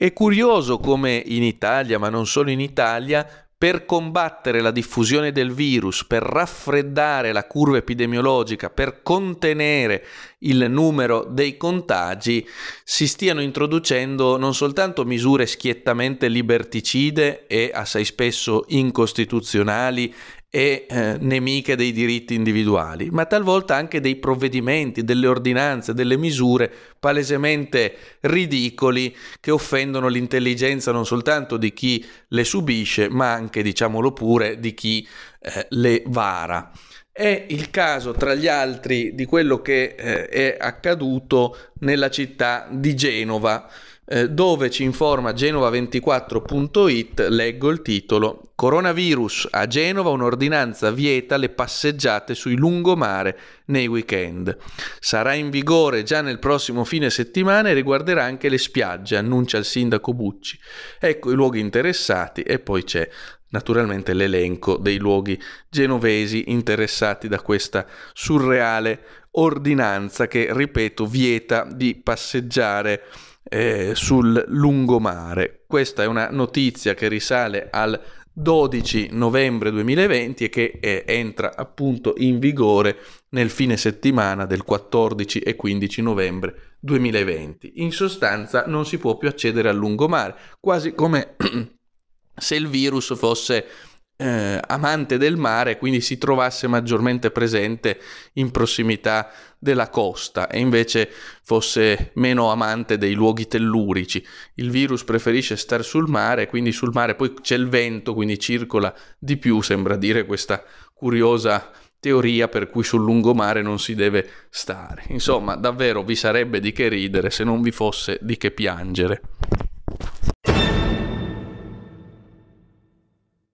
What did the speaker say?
È curioso come in Italia, ma non solo in Italia, per combattere la diffusione del virus, per raffreddare la curva epidemiologica, per contenere il numero dei contagi, si stiano introducendo non soltanto misure schiettamente liberticide e assai spesso incostituzionali e nemiche dei diritti individuali, ma talvolta anche dei provvedimenti, delle ordinanze, delle misure palesemente ridicoli che offendono l'intelligenza non soltanto di chi le subisce, ma anche, diciamolo pure, di chi le vara. È il caso, tra gli altri, di quello che è accaduto nella città di Genova, dove ci informa genova24.it, leggo il titolo: coronavirus a Genova, un'ordinanza vieta le passeggiate sui lungomare nei weekend. Sarà in vigore già nel prossimo fine settimana e riguarderà anche le spiagge, annuncia il sindaco Bucci. Ecco i luoghi interessati e poi c'è naturalmente l'elenco dei luoghi genovesi interessati da questa surreale ordinanza che, ripeto, vieta di passeggiare sul lungomare. Questa è una notizia che risale al 12 novembre 2020 e che entra appunto in vigore nel fine settimana del 14 e 15 novembre 2020. In sostanza non si può più accedere al lungomare, quasi come se il virus fosse amante del mare, quindi si trovasse maggiormente presente in prossimità della costa e invece fosse meno amante dei luoghi tellurici. Il virus preferisce stare sul mare, quindi sul mare poi c'è il vento, quindi circola di più, sembra dire questa curiosa teoria per cui sul lungomare non si deve stare. Insomma, davvero vi sarebbe di che ridere se non vi fosse di che piangere.